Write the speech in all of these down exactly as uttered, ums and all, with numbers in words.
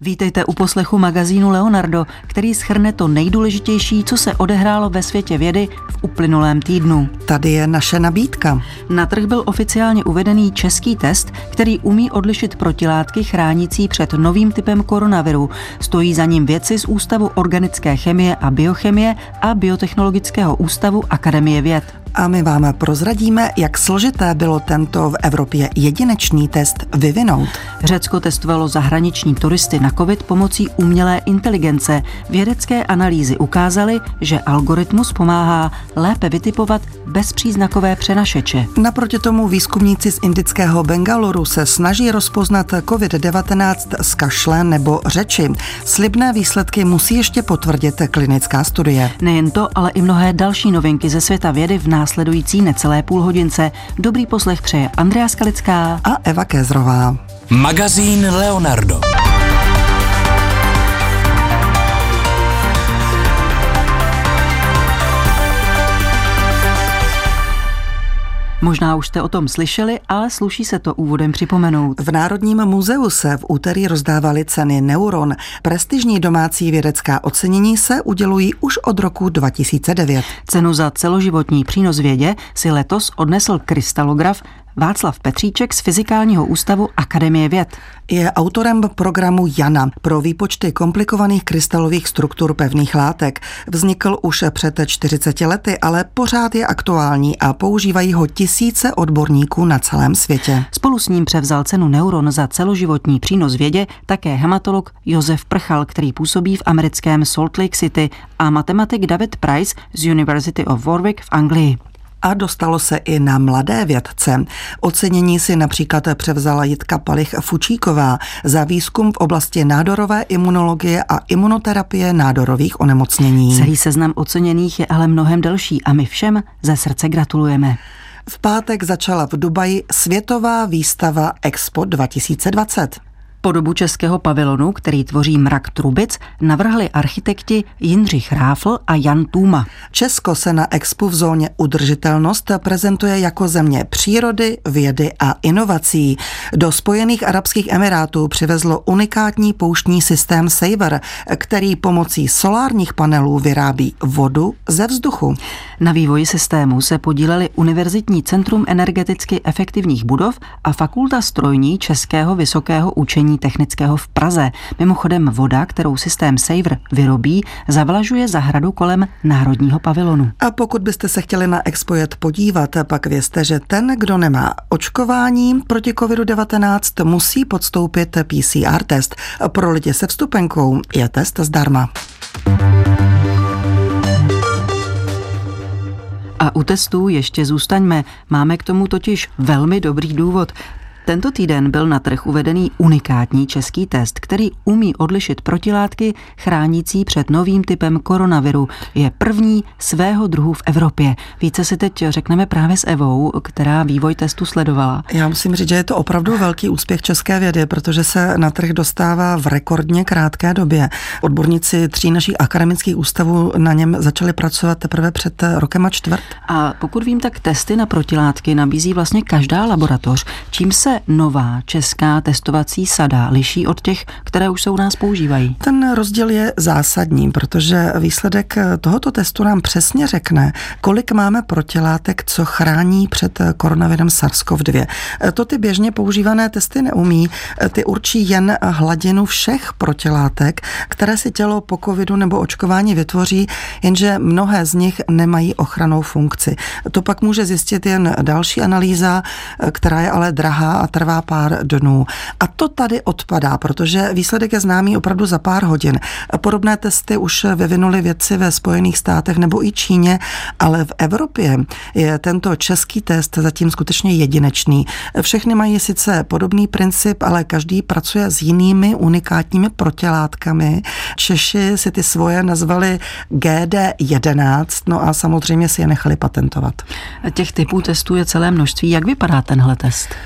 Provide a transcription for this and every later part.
Vítejte u poslechu magazínu Leonardo, který shrne to nejdůležitější, co se odehrálo ve světě vědy v uplynulém týdnu. Tady je naše nabídka. Na trh byl oficiálně uvedený český test, který umí odlišit protilátky chránící před novým typem koronaviru. Stojí za ním vědci z Ústavu organické chemie a biochemie a Biotechnologického ústavu Akademie věd. A my vám prozradíme, jak složité bylo tento v Evropě jedinečný test vyvinout. Řecko testovalo zahraniční turisty na covid pomocí umělé inteligence. Vědecké analýzy ukázaly, že algoritmus pomáhá lépe vytipovat bezpříznakové přenašeče. Naproti tomu výzkumníci z indického Bengaloru se snaží rozpoznat covid devatenáct z kašle nebo řeči. Slibné výsledky musí ještě potvrdit klinická studie. Nejen to, ale i mnohé další novinky ze světa vědy v následující necelé půl hodince. Dobrý poslech přeje Andrea Skalická a Eva Kézrová. Magazín Leonardo. Možná už jste o tom slyšeli, ale sluší se to úvodem připomenout. V Národním muzeu se v úterý rozdávaly ceny Neuron. Prestižní domácí vědecká ocenění se udělují už od roku dva tisíce devět. Cenu za celoživotní přínos vědě si letos odnesl krystalograf Václav Petříček z Fyzikálního ústavu Akademie věd. Je autorem programu Jana pro výpočty komplikovaných krystalových struktur pevných látek. Vznikl už před čtyřiceti lety, ale pořád je aktuální a používají ho tisíce odborníků na celém světě. Spolu s ním převzal cenu Neuron za celoživotní přínos vědě také hematolog Josef Prchal, který působí v americkém Salt Lake City, a matematik David Price z University of Warwick v Anglii. A dostalo se i na mladé vědce. Ocenění si například převzala Jitka Palich-Fučíková za výzkum v oblasti nádorové imunologie a imunoterapie nádorových onemocnění. Celý seznam oceněných je ale mnohem delší a my všem ze srdce gratulujeme. V pátek začala v Dubaji světová výstava Expo dva tisíce dvacet. Podobu českého pavilonu, který tvoří mrak trubic, navrhli architekti Jindřich Ráfl a Jan Tůma. Česko se na Expu v zóně udržitelnost prezentuje jako země přírody, vědy a inovací. Do Spojených arabských emirátů přivezlo unikátní pouštní systém Saver, který pomocí solárních panelů vyrábí vodu ze vzduchu. Na vývoji systému se podíleli Univerzitní centrum energeticky efektivních budov a Fakulta strojní Českého vysokého učení technického v Praze. Mimochodem voda, kterou systém Saver vyrobí, zavlažuje zahradu kolem Národního pavilonu. A pokud byste se chtěli na Expo jet podívat, pak vězte, že ten, kdo nemá očkování proti covid devatenáct, musí podstoupit P C R test. Pro lidi se vstupenkou je test zdarma. A u testů ještě zůstaňme. Máme k tomu totiž velmi dobrý důvod. Tento týden byl na trh uvedený unikátní český test, který umí odlišit protilátky chránící před novým typem koronaviru. Je první svého druhu v Evropě. Více si teď řekneme právě s Evou, která vývoj testu sledovala. Já musím říct, že je to opravdu velký úspěch české vědy, protože se na trh dostává v rekordně krátké době. Odborníci tří našich akademických ústavů na něm začali pracovat teprve před rokem a čtvrt. A pokud vím, tak testy na protilátky nabízí vlastně každá laboratoř. Čím se nová česká testovací sada liší od těch, které už se u nás používají? Ten rozdíl je zásadní, protože výsledek tohoto testu nám přesně řekne, kolik máme protilátek, co chrání před koronavirem SARS-C o V dva. To ty běžně používané testy neumí. Ty určí jen hladinu všech protilátek, které si tělo po covidu nebo očkování vytvoří, jenže mnohé z nich nemají ochrannou funkci. To pak může zjistit jen další analýza, která je ale drahá a trvá pár dnů. A to tady odpadá, protože výsledek je známý opravdu za pár hodin. Podobné testy už vyvinuli vědci ve Spojených státech nebo i Číně, ale v Evropě je tento český test zatím skutečně jedinečný. Všechny mají sice podobný princip, ale každý pracuje s jinými unikátními protilátkami. Češi si ty svoje nazvali G D jedenáct, no a samozřejmě si je nechali patentovat. Těch typů testů je celé množství. Jak vypadá tenhle test? Úplně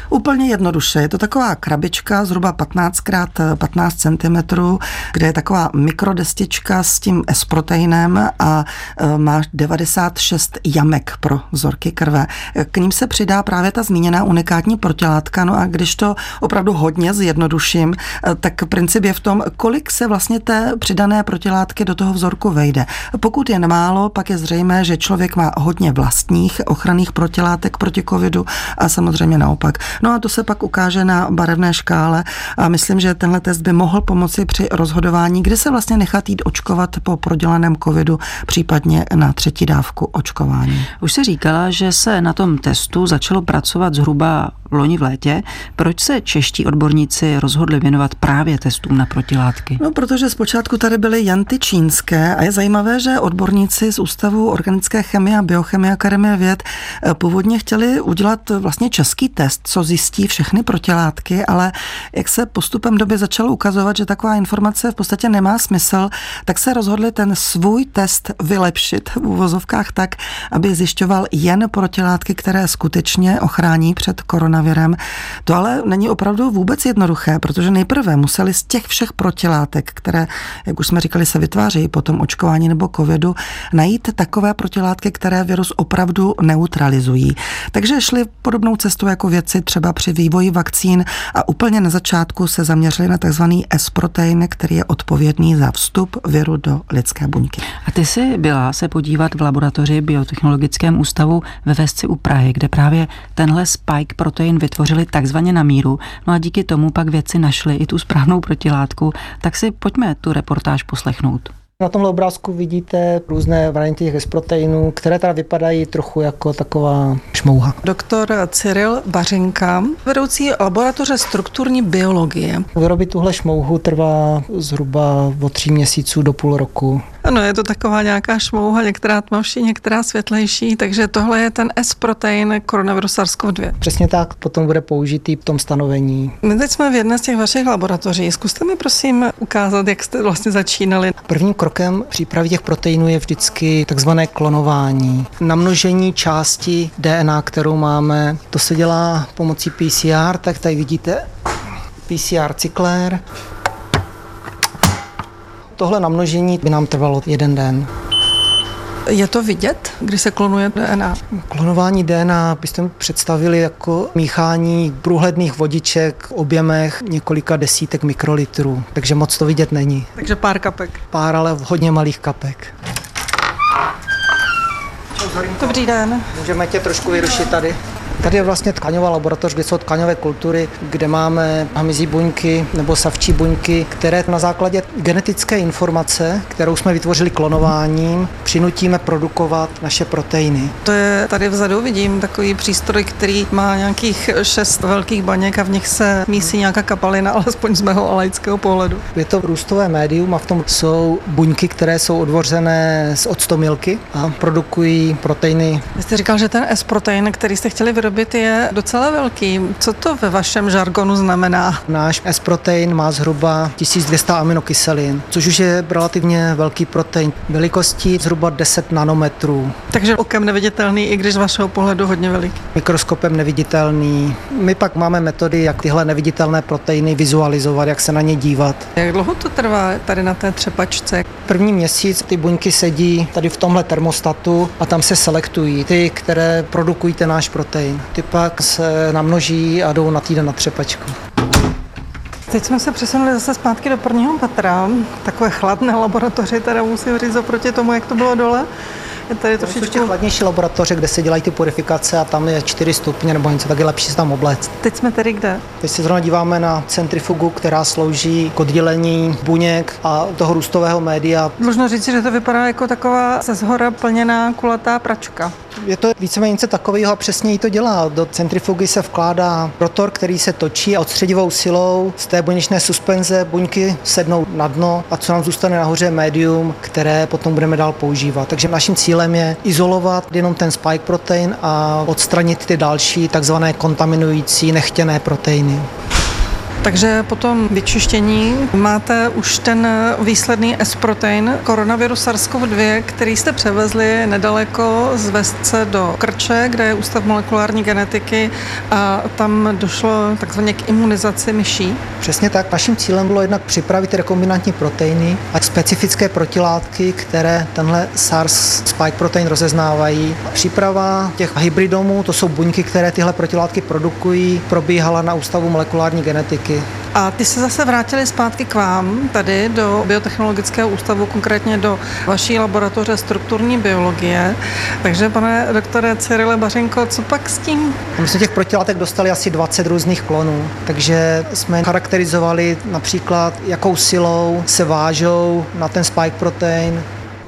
Úplně jednoduše. Je to taková krabička zhruba patnáct krát patnáct centimetrů, kde je taková mikrodestička s tím S-proteinem a má devadesát šest jamek pro vzorky krve. K ním se přidá právě ta zmíněná unikátní protilátka. No a když to opravdu hodně zjednoduším, tak princip je v tom, kolik se vlastně té přidané protilátky do toho vzorku vejde. Pokud je málo, pak je zřejmé, že člověk má hodně vlastních ochranných protilátek proti covidu a samozřejmě naopak. No a to se pak ukáže na barevné škále a myslím, že tenhle test by mohl pomoci při rozhodování, kde se vlastně nechat jít očkovat po prodělaném covidu, případně na třetí dávku očkování. Už se říkala, že se na tom testu začalo pracovat zhruba loni v létě. Proč se čeští odborníci rozhodli věnovat právě testům na protilátky? No, protože zpočátku tady byly jen ty čínské a je zajímavé, že odborníci z Ústavu organické chemie a biochemie Akademie věd původně chtěli udělat vlastně český test, co zjistí všechny protilátky, ale jak se postupem doby začalo ukazovat, že taková informace v podstatě nemá smysl, tak se rozhodli ten svůj test vylepšit v uvozovkách tak, aby zjišťoval jen protilátky, které skutečně ochrání před koronavirem. To ale není opravdu vůbec jednoduché, protože nejprve museli z těch všech protilátek, které, jak už jsme říkali, se vytvářejí po tom očkování nebo covidu, najít takové protilátky, které virus opravdu neutralizují. Takže šli podobnou cestou jako vědci třeba při vývoji vakcín a úplně na začátku se zaměřili na takzvaný S-protein, který je odpovědný za vstup viru do lidské buňky. A ty jsi byla se podívat v laboratoři Biotechnologickém ústavu ve Vesci u Prahy, kde právě tenhle spike protein vytvořili takzvaně na míru. No a díky tomu pak vědci našli i tu správnou protilátku. Tak si pojďme tu reportáž poslechnout. Na tomhle obrázku vidíte různé varianty těch S-proteinů, které teda vypadají trochu jako taková šmouha. Doktor Cyril Bařinka, vedoucí laboratoře strukturní biologie. Vyrobit tuhle šmouhu trvá zhruba od tří měsíců do půl roku. Ano, je to taková nějaká šmouha, některá tmavší, některá světlejší, takže tohle je ten S-protein koronaviru SARS-CoV dva. Přesně tak, potom bude použitý v tom stanovení. My teď jsme v jedné z těch vašich laboratoří. Zkuste mi prosím ukázat, jak jste vlastně začínali. Prvním krokem přípravy těch proteinů je vždycky takzvané klonování. Namnožení části D N A, kterou máme, to se dělá pomocí P C R, tak tady vidíte P C R cyklér. Tohle namnožení by nám trvalo jeden den. Je to vidět, když se klonuje D N A? Klonování D N A byste mi představili jako míchání průhledných vodiček v objemech několika desítek mikrolitrů, takže moc to vidět není. Takže pár kapek. Pár, ale v hodně malých kapek. Dobrý den. Můžeme tě trošku vyrušit tady. Tady je vlastně tkaňová laboratoř, kde jsou tkaňové kultury, kde máme hmyzí buňky nebo savčí buňky, které na základě genetické informace, kterou jsme vytvořili klonováním, přinutíme produkovat naše proteiny. To je tady vzadu, vidím takový přístroj, který má nějakých šest velkých baněk a v nich se mísí nějaká kapalina, alespoň z mého laického pohledu. Je to růstové médium a v tom jsou buňky, které jsou odvořené z octomilky a produkují proteiny. Vy jste říkal, že ten S-protein, který jste chtěli vyrobit, je docela velký. Co to ve vašem žargonu znamená? Náš S-protein má zhruba tisíc dvě stě aminokyselin, což už je relativně velký protein. Velikostí zhruba deset nanometrů. Takže okem neviditelný, i když z vašeho pohledu hodně veliký. Mikroskopem neviditelný. My pak máme metody, jak tyhle neviditelné proteiny vizualizovat, jak se na ně dívat. Jak dlouho to trvá tady na té třepačce? První měsíc ty buňky sedí tady v tomhle termostatu a tam se selektují ty, které produkují ten náš protein. Ty pak se namnoží a jdou na týden na třepačku. Teď jsme se přesunuli zase zpátky do prvního patra. Takové chladné laboratoři, teda musím říct oproti tomu, jak to bylo dole. Je tady trošičku ještě chladnější laboratoře, kde se dělají ty purifikace a tam je čtyři stupně nebo něco, tak je lepší se tam obléct. Teď jsme tady kde? Teď se zrovna díváme na centrifugu, která slouží k oddělení buněk a toho růstového média. Možná říct, že to vypadá jako taková ze zhora plněná kulatá pračka. Je to víceméně něco takového a přesně jí to dělá. Do centrifugy se vkládá rotor, který se točí a odstředivou silou z té buněčné suspenze buňky sednou na dno a co nám zůstane nahoře je médium, které potom budeme dál používat. Takže naším cílem je izolovat jenom ten spike protein a odstranit ty další takzvané kontaminující nechtěné proteiny. Takže po tom vyčištění máte už ten výsledný S-protein koronaviru SARS-C o V dva, který jste převezli nedaleko z Vesce do Krče, kde je Ústav molekulární genetiky a tam došlo takzvaně k imunizaci myší. Přesně tak. Naším cílem bylo jednak připravit rekombinantní proteiny a specifické protilátky, které tenhle SARS spike protein rozeznávají. Příprava těch hybridomů, to jsou buňky, které tyhle protilátky produkují, probíhala na Ústavu molekulární genetiky. A ty se zase vrátili zpátky k vám, tady do Biotechnologického ústavu, konkrétně do vaší laboratoře strukturní biologie. Takže, pane doktore Cyrile Bařinko, co pak s tím? My jsme těch protilátek dostali asi dvacet různých klonů, takže jsme charakterizovali například, jakou silou se vážou na ten spike protein.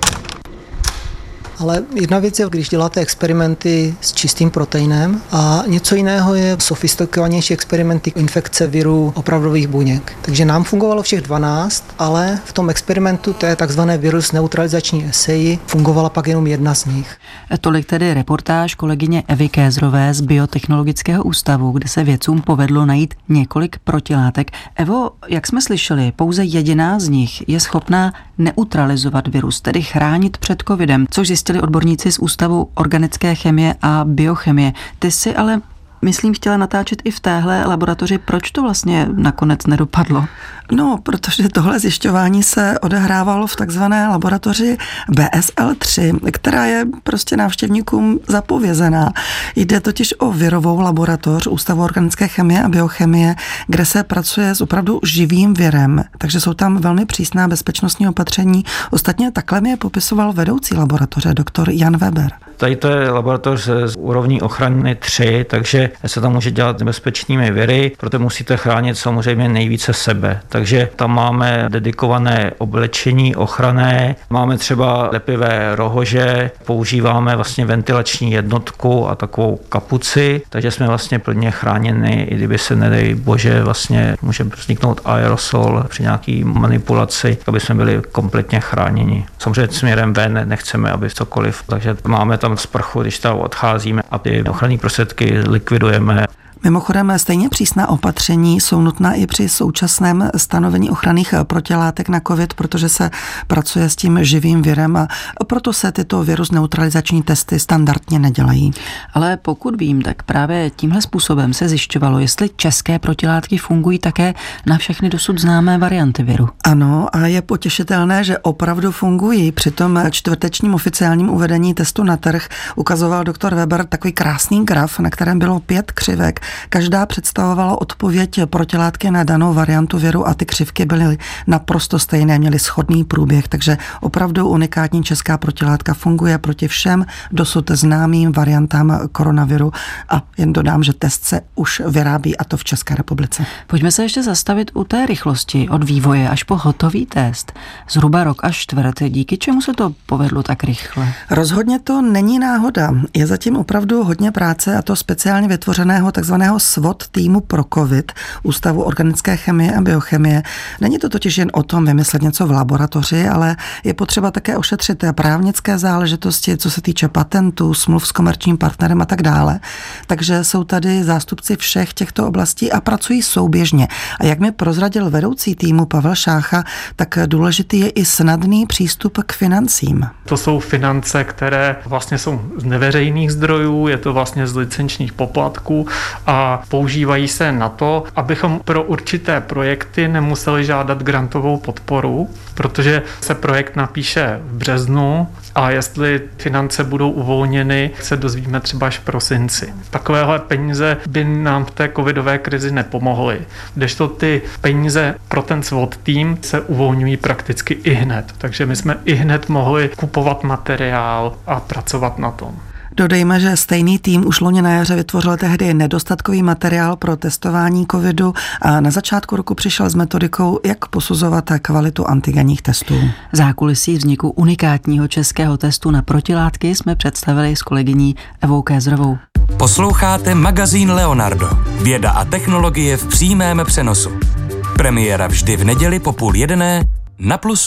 Ale jedna věc je, když děláte experimenty s čistým proteinem a něco jiného je sofistikovanější experimenty infekce virů opravdových buněk. Takže nám fungovalo všech dvanáct, ale v tom experimentu, to je takzvané virus neutralizační eseji, fungovala pak jenom jedna z nich. Tolik tedy reportáž kolegyně Evy Kézrové z Biotechnologického ústavu, kde se vědcům povedlo najít několik protilátek. Evo, jak jsme slyšeli, pouze jediná z nich je schopná neutralizovat virus, tedy chránit před covidem, což zjistili odborníci z Ústavu organické chemie a biochemie. Ty si ale, myslím, chtěla natáčet i v téhle laboratoři. Proč to vlastně nakonec nedopadlo? No, protože tohle zjišťování se odehrávalo v takzvané laboratoři B S L tři, která je prostě návštěvníkům zapovězená. Jde totiž o virovou laboratoř Ústavu organické chemie a biochemie, kde se pracuje s opravdu živým virem, takže jsou tam velmi přísná bezpečnostní opatření. Ostatně takhle mi je popisoval vedoucí laboratoře, doktor Jan Weber. Tady to je laboratoř z úrovní ochrany tři, takže se tam může dělat bezpečnými viry, proto musíte chránit samozřejmě nejvíce sebe. Takže tam máme dedikované oblečení ochranné, máme třeba lepivé rohože, používáme vlastně ventilační jednotku a takovou kapuci, takže jsme vlastně plně chráněni, i kdyby se, nedej bože, vlastně může vzniknout aerosol při nějaký manipulaci, aby jsme byli kompletně chráněni. Samozřejmě směrem ven nechceme, aby cokoliv, takže máme tam sprchu, když tam odcházíme a ty ochranné prostředky likvidujeme. Mimochodem, stejně přísná opatření jsou nutná i při současném stanovení ochranných protilátek na COVID, protože se pracuje s tím živým virem a proto se tyto virus neutralizační testy standardně nedělají. Ale pokud vím, tak právě tímhle způsobem se zjišťovalo, jestli české protilátky fungují také na všechny dosud známé varianty viru. Ano, a je potěšitelné, že opravdu fungují. Při tom čtvrtečním oficiálním uvedení testu na trh ukazoval doktor Weber takový krásný graf, na kterém bylo pět křivek. Každá představovala odpověď protilátky na danou variantu viru a ty křivky byly naprosto stejné, měly shodný průběh, takže opravdu unikátní česká protilátka funguje proti všem dosud známým variantám koronaviru a jen dodám, že test se už vyrábí a to v České republice. Pojďme se ještě zastavit u té rychlosti od vývoje až po hotový test. Zhruba rok až čtvrt, díky čemu se to povedlo tak rychle? Rozhodně to není náhoda. Je zatím opravdu hodně práce a to speciálně vytvořeného tzv. S W O T týmu pro COVID, Ústavu organické chemie a biochemie. Není to totiž jen o tom vymyslet něco v laboratoři, ale je potřeba také ošetřit právnické záležitosti, co se týče patentů, smluv s komerčním partnerem a tak dále. Takže jsou tady zástupci všech těchto oblastí a pracují souběžně. A jak mi prozradil vedoucí týmu Pavel Šácha, tak důležitý je i snadný přístup k financím. To jsou finance, které vlastně jsou z neveřejných zdrojů, je to vlastně z licenčních poplatků a používají se na to, abychom pro určité projekty nemuseli žádat grantovou podporu, protože se projekt napíše v březnu a jestli finance budou uvolněny, se dozvíme třeba až v prosinci. Takovéhle peníze by nám v té covidové krizi nepomohly. Kdežto ty peníze pro ten S W O T tým se uvolňují prakticky i hned. Takže my jsme i hned mohli kupovat materiál a pracovat na tom. Dodejme, že stejný tým už loni na jaře vytvořil tehdy nedostatkový materiál pro testování covidu a na začátku roku přišel s metodikou, jak posuzovat kvalitu antigenních testů. Zákulisí vzniku unikátního českého testu na protilátky jsme představili s kolegyní Evou Kézrovou. Posloucháte magazín Leonardo. Věda a technologie v přímém přenosu. Premiéra vždy v neděli po půl jedné na Plusu.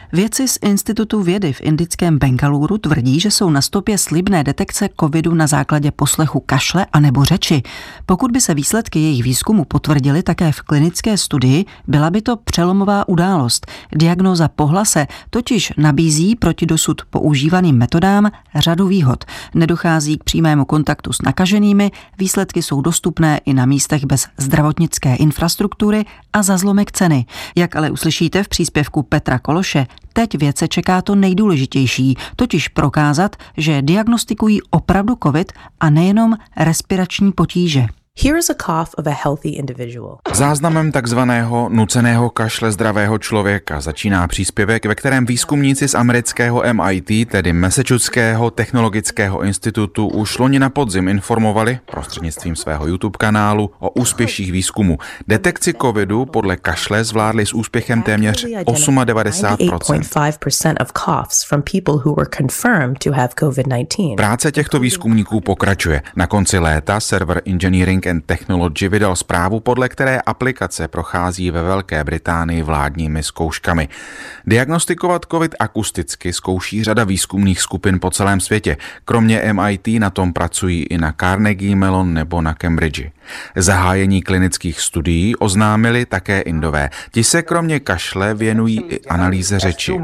Vědci z Institutu vědy v indickém Bengaluru tvrdí, že jsou na stopě slibné detekce covidu na základě poslechu kašle a nebo řeči. Pokud by se výsledky jejich výzkumu potvrdily také v klinické studii, byla by to přelomová událost. Diagnóza po hlase totiž nabízí proti dosud používaným metodám řadu výhod. Nedochází k přímému kontaktu s nakaženými, výsledky jsou dostupné i na místech bez zdravotnické infrastruktury a za zlomek ceny. Jak ale uslyšíte v příspěvku Petra Kološe, teď vědce čeká to nejdůležitější, totiž prokázat, že diagnostikují opravdu covid a nejenom respirační potíže. Here is a cough of a healthy individual. Záznamem takzvaného nuceného kašle zdravého člověka začíná příspěvek, ve kterém výzkumníci z amerického M I T, tedy Massachusettského technologického institutu, už loni na podzim informovali prostřednictvím svého YouTube kanálu o úspěších výzkumu. Detekci covidu podle kašle zvládli s úspěchem téměř devadesát osm procent. Práce těchto výzkumníků pokračuje. Na konci léta server Engineering and Technology vydal zprávu, podle které aplikace prochází ve Velké Británii vládními zkouškami. Diagnostikovat covid akusticky zkouší řada výzkumných skupin po celém světě. Kromě M I T na tom pracují i na Carnegie Mellon nebo na Cambridge. Zahájení klinických studií oznámili také Indové. Ti se kromě kašle věnují i analýze řeči.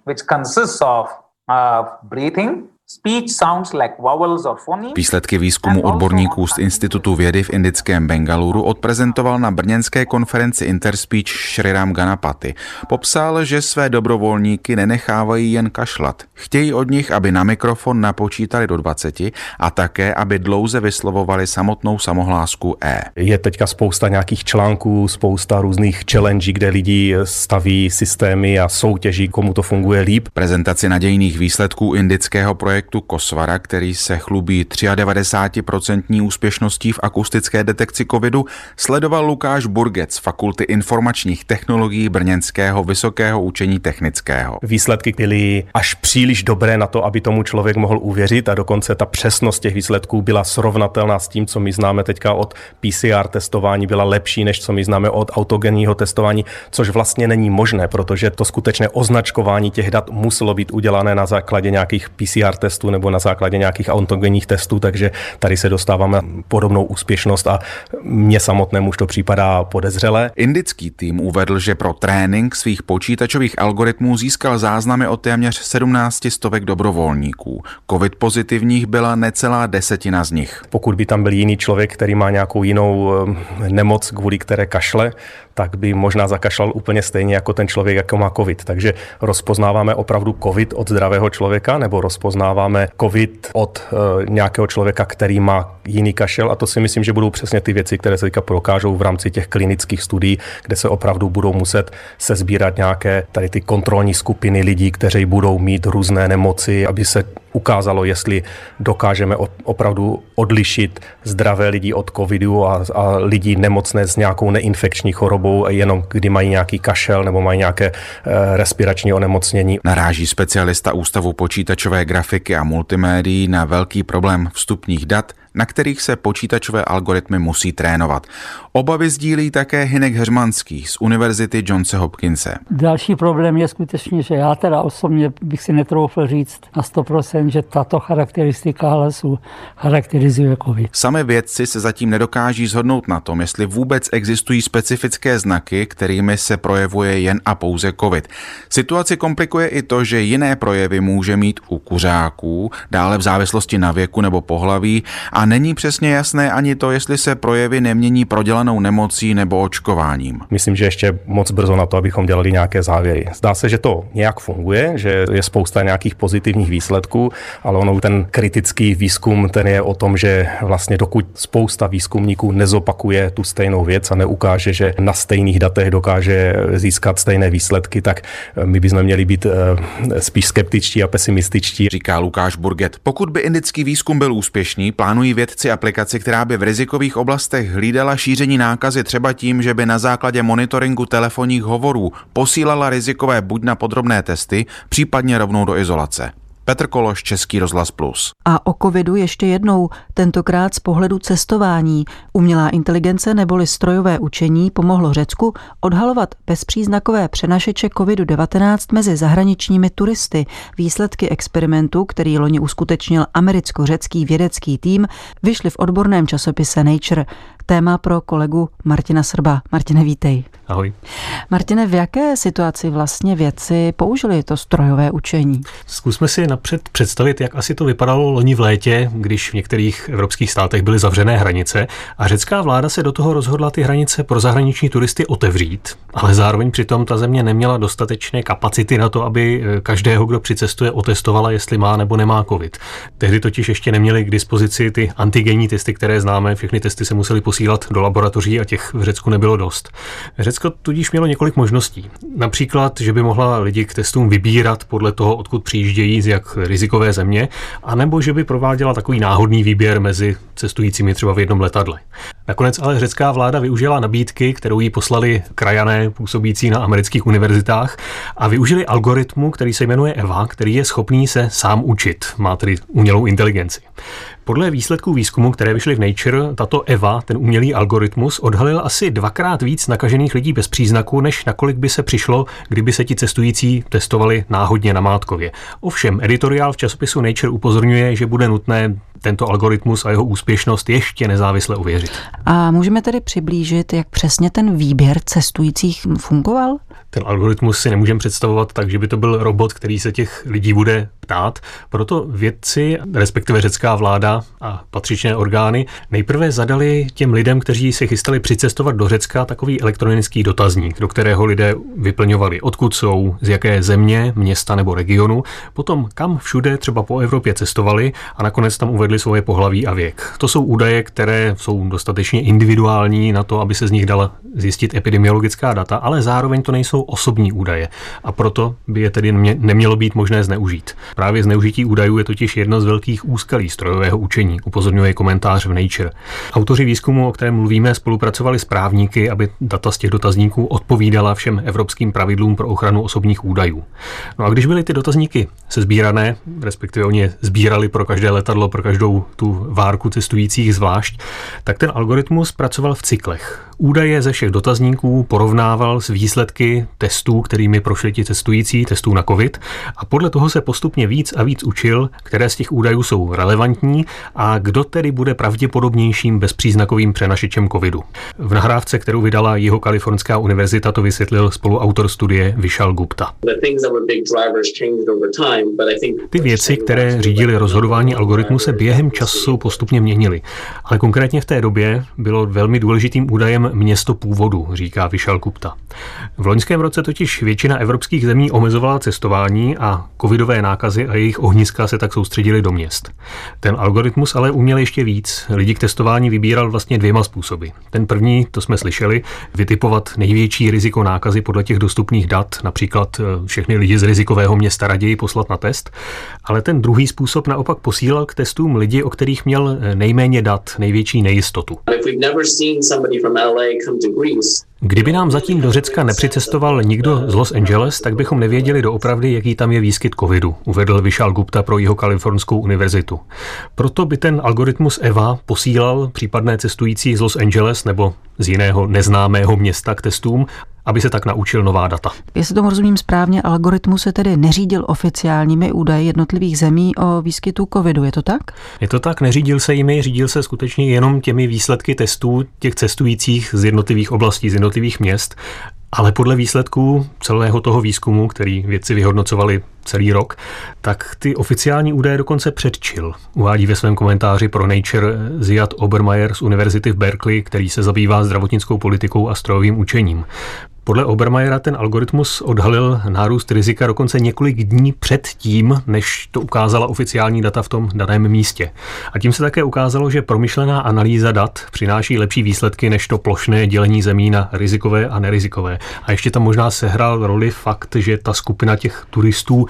Výsledky výzkumu odborníků z Institutu vědy v indickém Bengaluru odprezentoval na brněnské konferenci Interspeech Shriram Ganapathy. Popsal, že své dobrovolníky nenechávají jen kašlat. Chtějí od nich, aby na mikrofon napočítali do dvaceti a také, aby dlouze vyslovovali samotnou samohlásku E. Je teďka spousta nějakých článků, spousta různých challenge, kde lidi staví systémy a soutěží, komu to funguje líp. Prezentaci nadějných výsledků indického projektu Kosvara, který se chlubí devadesát tři procent úspěšností v akustické detekci covidu, sledoval Lukáš Burget z Fakulty informačních technologií Brněnského vysokého učení technického. Výsledky byly až příliš dobré na to, aby tomu člověk mohl uvěřit, a dokonce ta přesnost těch výsledků byla srovnatelná s tím, co my známe teďka od P C R testování, byla lepší, než co my známe od autogenního testování, což vlastně není možné, protože to skutečné označkování těch dat muselo být udělané na základě nějakých P C R testů nebo na základě nějakých autogenních testů, takže tady se dostáváme na podobnou úspěšnost a mně samotnému už to připadá podezřelé. Indický tým uvedl, že pro trénink svých počítačových algoritmů získal záznamy od téměř sedmnácti stovek dobrovolníků. Covid pozitivních byla necelá desetina z nich. Pokud by tam byl jiný člověk, který má nějakou jinou nemoc, kvůli které kašle, tak by možná zakašlal úplně stejně jako ten člověk, jako má covid. Takže rozpoznáváme opravdu covid od zdravého člověka, nebo rozpoznáváme covid od e, nějakého člověka, který má jiný kašel, a to si myslím, že budou přesně ty věci, které se teďka prokážou v rámci těch klinických studií, kde se opravdu budou muset sesbírat nějaké tady ty kontrolní skupiny lidí, kteří budou mít různé nemoci, aby se ukázalo, jestli dokážeme opravdu odlišit zdravé lidi od covidu a, a lidi nemocné s nějakou neinfekční chorobou, jenom kdy mají nějaký kašel nebo mají nějaké e, respirační onemocnění. Naráží specialista Ústavu počítačové grafiky a multimédií na velký problém vstupních dat, na kterých se počítačové algoritmy musí trénovat. Obavy sdílí také Hynek Heřmanský z Univerzity Johnse Hopkinse. Další problém je skutečně, že já teda osobně bych si netroufl říct na sto procent, že tato charakteristika hlasu charakterizuje COVID. Sami vědci se zatím nedokáží shodnout na tom, jestli vůbec existují specifické znaky, kterými se projevuje jen a pouze COVID. Situaci komplikuje i to, že jiné projevy může mít u kuřáků, dále v závislosti na věku nebo pohlaví, a není přesně jasné ani to, jestli se projevy nemění prodělanou nemocí nebo očkováním. Myslím, že ještě moc brzo na to, abychom dělali nějaké závěry. Zdá se, že to nějak funguje, že je spousta nějakých pozitivních výsledků, ale ono ten kritický výzkum, ten je o tom, že vlastně dokud spousta výzkumníků nezopakuje tu stejnou věc a neukáže, že na stejných datech dokáže získat stejné výsledky, tak my bychom měli být spíš skeptičtí a pesimističtí. Říká Lukáš Burget. Pokud by indický výzkum byl úspěšný, plánují vědci aplikaci, která by v rizikových oblastech hlídala šíření nákazy třeba tím, že by na základě monitoringu telefonních hovorů posílala rizikové buď na podrobné testy, případně rovnou do izolace. Petr Kološ, Český rozhlas Plus. A o covidu ještě jednou, tentokrát z pohledu cestování. Umělá inteligence neboli strojové učení pomohlo Řecku odhalovat bezpříznakové přenašeče kovidu devatenáct mezi zahraničními turisty. Výsledky experimentu, který loni uskutečnil americko-řecký vědecký tým, vyšly v odborném časopise Nature. Téma pro kolegu Martina Srba. Martine, vítej. Ahoj. Martine, v jaké situaci vlastně vědci použili to strojové učení? Zkusme si napřed představit, jak asi to vypadalo loni v létě, když v některých evropských státech byly zavřené hranice a řecká vláda se do toho rozhodla ty hranice pro zahraniční turisty otevřít, ale zároveň přitom ta země neměla dostatečné kapacity na to, aby každého, kdo přicestuje, otestovala, jestli má nebo nemá covid. Tehdy totiž ještě neměli k dispozici ty antigenní testy, které známe, všechny testy se musely posílat do laboratoří a těch v Řecku nebylo dost. Řecko tudíž mělo několik možností. Například, že by mohla lidi k testům vybírat podle toho, odkud přijíždějí, z jak rizikové země, anebo že by prováděla takový náhodný výběr mezi cestujícími třeba v jednom letadle. Nakonec ale řecká vláda využila nabídky, kterou jí poslali krajané působící na amerických univerzitách a využili algoritmu, který se jmenuje Eva, který je schopný se sám učit, má tedy umělou inteligenci. Podle výsledků výzkumu, které vyšly v Nature, tato Eva, ten umělý algoritmus, odhalil asi dvakrát víc nakažených lidí bez příznaku, než nakolik by se přišlo, kdyby se ti cestující testovali náhodně namátkově. Ovšem, editoriál v časopisu Nature upozorňuje, že bude nutné tento algoritmus a jeho úspěšnost ještě nezávisle ověřit. A můžeme tedy přiblížit, jak přesně ten výběr cestujících fungoval? Ten algoritmus si nemůžeme představovat tak, že by to byl robot, který se těch lidí bude ptát. Proto vědci, respektive řecká vláda a patřičné orgány, nejprve zadali těm lidem, kteří se chystali přicestovat do Řecka, takový elektronický dotazník, do kterého lidé vyplňovali, odkud jsou, z jaké země, města nebo regionu, potom kam všude třeba po Evropě cestovali a nakonec tam uvedli svoje pohlaví a věk. To jsou údaje, které jsou dostatečně individuální na to, aby se z nich dala zjistit epidemiologická data, ale zároveň to nejsou osobní údaje a proto by je tedy nemělo být možné zneužít. Právě zneužití údajů je totiž jedno z velkých úskalí strojového učení, upozorňuje komentář v Nature. Autoři výzkumu, o kterém mluvíme, spolupracovali s právníky, aby data z těch dotazníků odpovídala všem evropským pravidlům pro ochranu osobních údajů. No a když byly ty dotazníky sesbírané, respektive oni je sbírali pro každé letadlo, pro každou tu várku cestujících zvlášť, tak ten algoritmus pracoval v cyklech. Údaje ze všech dotazníků porovnával s výsledky testů, kterými prošli ti cestující, testů na covid, a podle toho se postupně víc a víc učil, které z těch údajů jsou relevantní a kdo tedy bude pravděpodobnějším bezpříznakovým přenašečem covidu. V nahrávce, kterou vydala Jihokalifornská univerzita, to vysvětlil spoluautor studie Vishal Gupta. Ty věci, které řídily rozhodování algoritmu, se během času postupně měnily, ale konkrétně v té době bylo velmi důležitým údajem město původu, říká Vishal Gupta. V loňském roce totiž většina evropských zemí omezovala cestování a covidové nákazy a jejich ohniska se tak soustředily do měst. Ten algoritmus ale uměl ještě víc. Lidi k testování vybíral vlastně dvěma způsoby. Ten první, to jsme slyšeli, vytipovat největší riziko nákazy podle těch dostupných dat, například všechny lidi z rizikového města raději poslat na test, ale ten druhý způsob naopak posílal k testům lidi, o kterých měl nejméně dat, největší nejistotu. Kdyby nám zatím do Řecka nepřicestoval nikdo z Los Angeles, tak bychom nevěděli doopravdy, jaký tam je výskyt covidu, uvedl Vishal Gupta pro Jihokalifornskou univerzitu. Proto by ten algoritmus Eva posílal případné cestující z Los Angeles nebo z jiného neznámého města k testům, aby se tak naučil nová data. Jestli tomu rozumím správně, algoritmus se tedy neřídil oficiálními údaji jednotlivých zemí o výskytu covidu, je to tak? Je to tak, neřídil se jimi, řídil se skutečně jenom těmi výsledky testů těch cestujících z jednotlivých oblastí, z jednotlivých měst, ale podle výsledků celého toho výzkumu, který vědci vyhodnocovali celý rok, tak ty oficiální údaje dokonce předčil. Uvádí ve svém komentáři pro Nature Ziad Obermeier z univerzity v Berkeley, který se zabývá zdravotnickou politikou a strojovým učením. Podle Obermeiera ten algoritmus odhalil nárůst rizika dokonce několik dní před tím, než to ukázala oficiální data v tom daném místě. A tím se také ukázalo, že promyšlená analýza dat přináší lepší výsledky než to plošné dělení zemí na rizikové a nerizikové. A ještě tam možná sehrál roli fakt, že ta skupina těch turistů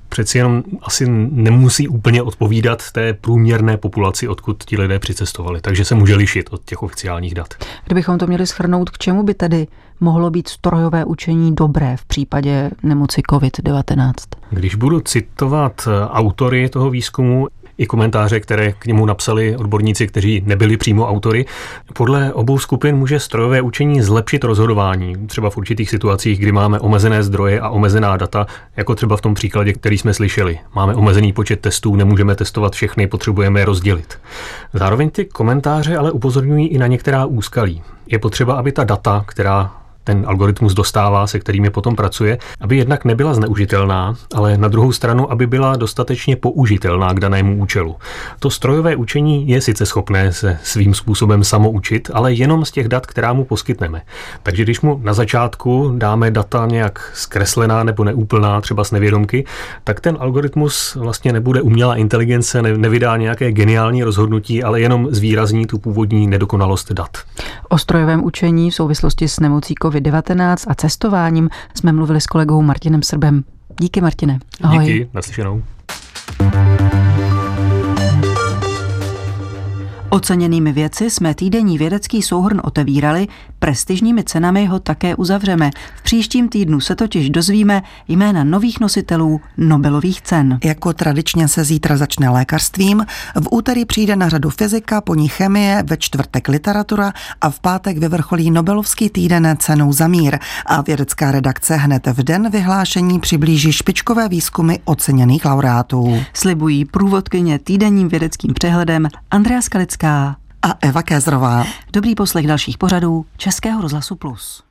přeci jenom asi nemusí úplně odpovídat té průměrné populaci, odkud ti lidé přicestovali, takže se může lišit od těch oficiálních dat. Kdybychom to měli shrnout, k čemu by tedy mohlo být strojové učení dobré v případě nemoci covid devatenáct? Když budu citovat autory toho výzkumu, i komentáře, které k němu napsali odborníci, kteří nebyli přímo autory. Podle obou skupin může strojové učení zlepšit rozhodování, třeba v určitých situacích, kdy máme omezené zdroje a omezená data, jako třeba v tom příkladě, který jsme slyšeli. Máme omezený počet testů, nemůžeme testovat všechny, potřebujeme je rozdělit. Zároveň ty komentáře ale upozorňují i na některá úskalí. Je potřeba, aby ta data, která ten algoritmus dostává, se kterými potom pracuje, aby jednak nebyla zneužitelná, ale na druhou stranu, aby byla dostatečně použitelná k danému účelu. To strojové učení je sice schopné se svým způsobem samoučit, ale jenom z těch dat, která mu poskytneme. Takže když mu na začátku dáme data nějak zkreslená nebo neúplná, třeba z nevědomky, tak ten algoritmus vlastně nebude umělá inteligence, nevydá nějaké geniální rozhodnutí, ale jenom zvýrazní tu původní nedokonalost dat. O strojovém učení v souvislosti s nemocí covid devatenáct a cestováním jsme mluvili s kolegou Martinem Srbem. Díky, Martine. Ahoj. Díky, naslyšenou. Oceněnými věci jsme týdenní vědecký souhrn otevírali, prestižními cenami ho také uzavřeme. V příštím týdnu se totiž dozvíme jména nových nositelů Nobelových cen. Jako tradičně se zítra začne lékařstvím, v úterý přijde na řadu fyzika, po ní chemie, ve čtvrtek literatura a v pátek vyvrcholí Nobelovský týden cenou za mír. A vědecká redakce hned v den vyhlášení přiblíží špičkové výzkumy oceněných laureátů. Slibují průvodkyně týdenním vědeckým přehledem Andrea Skalická a Eva Kézrová. Dobrý poslech dalších pořadů Českého rozhlasu Plus.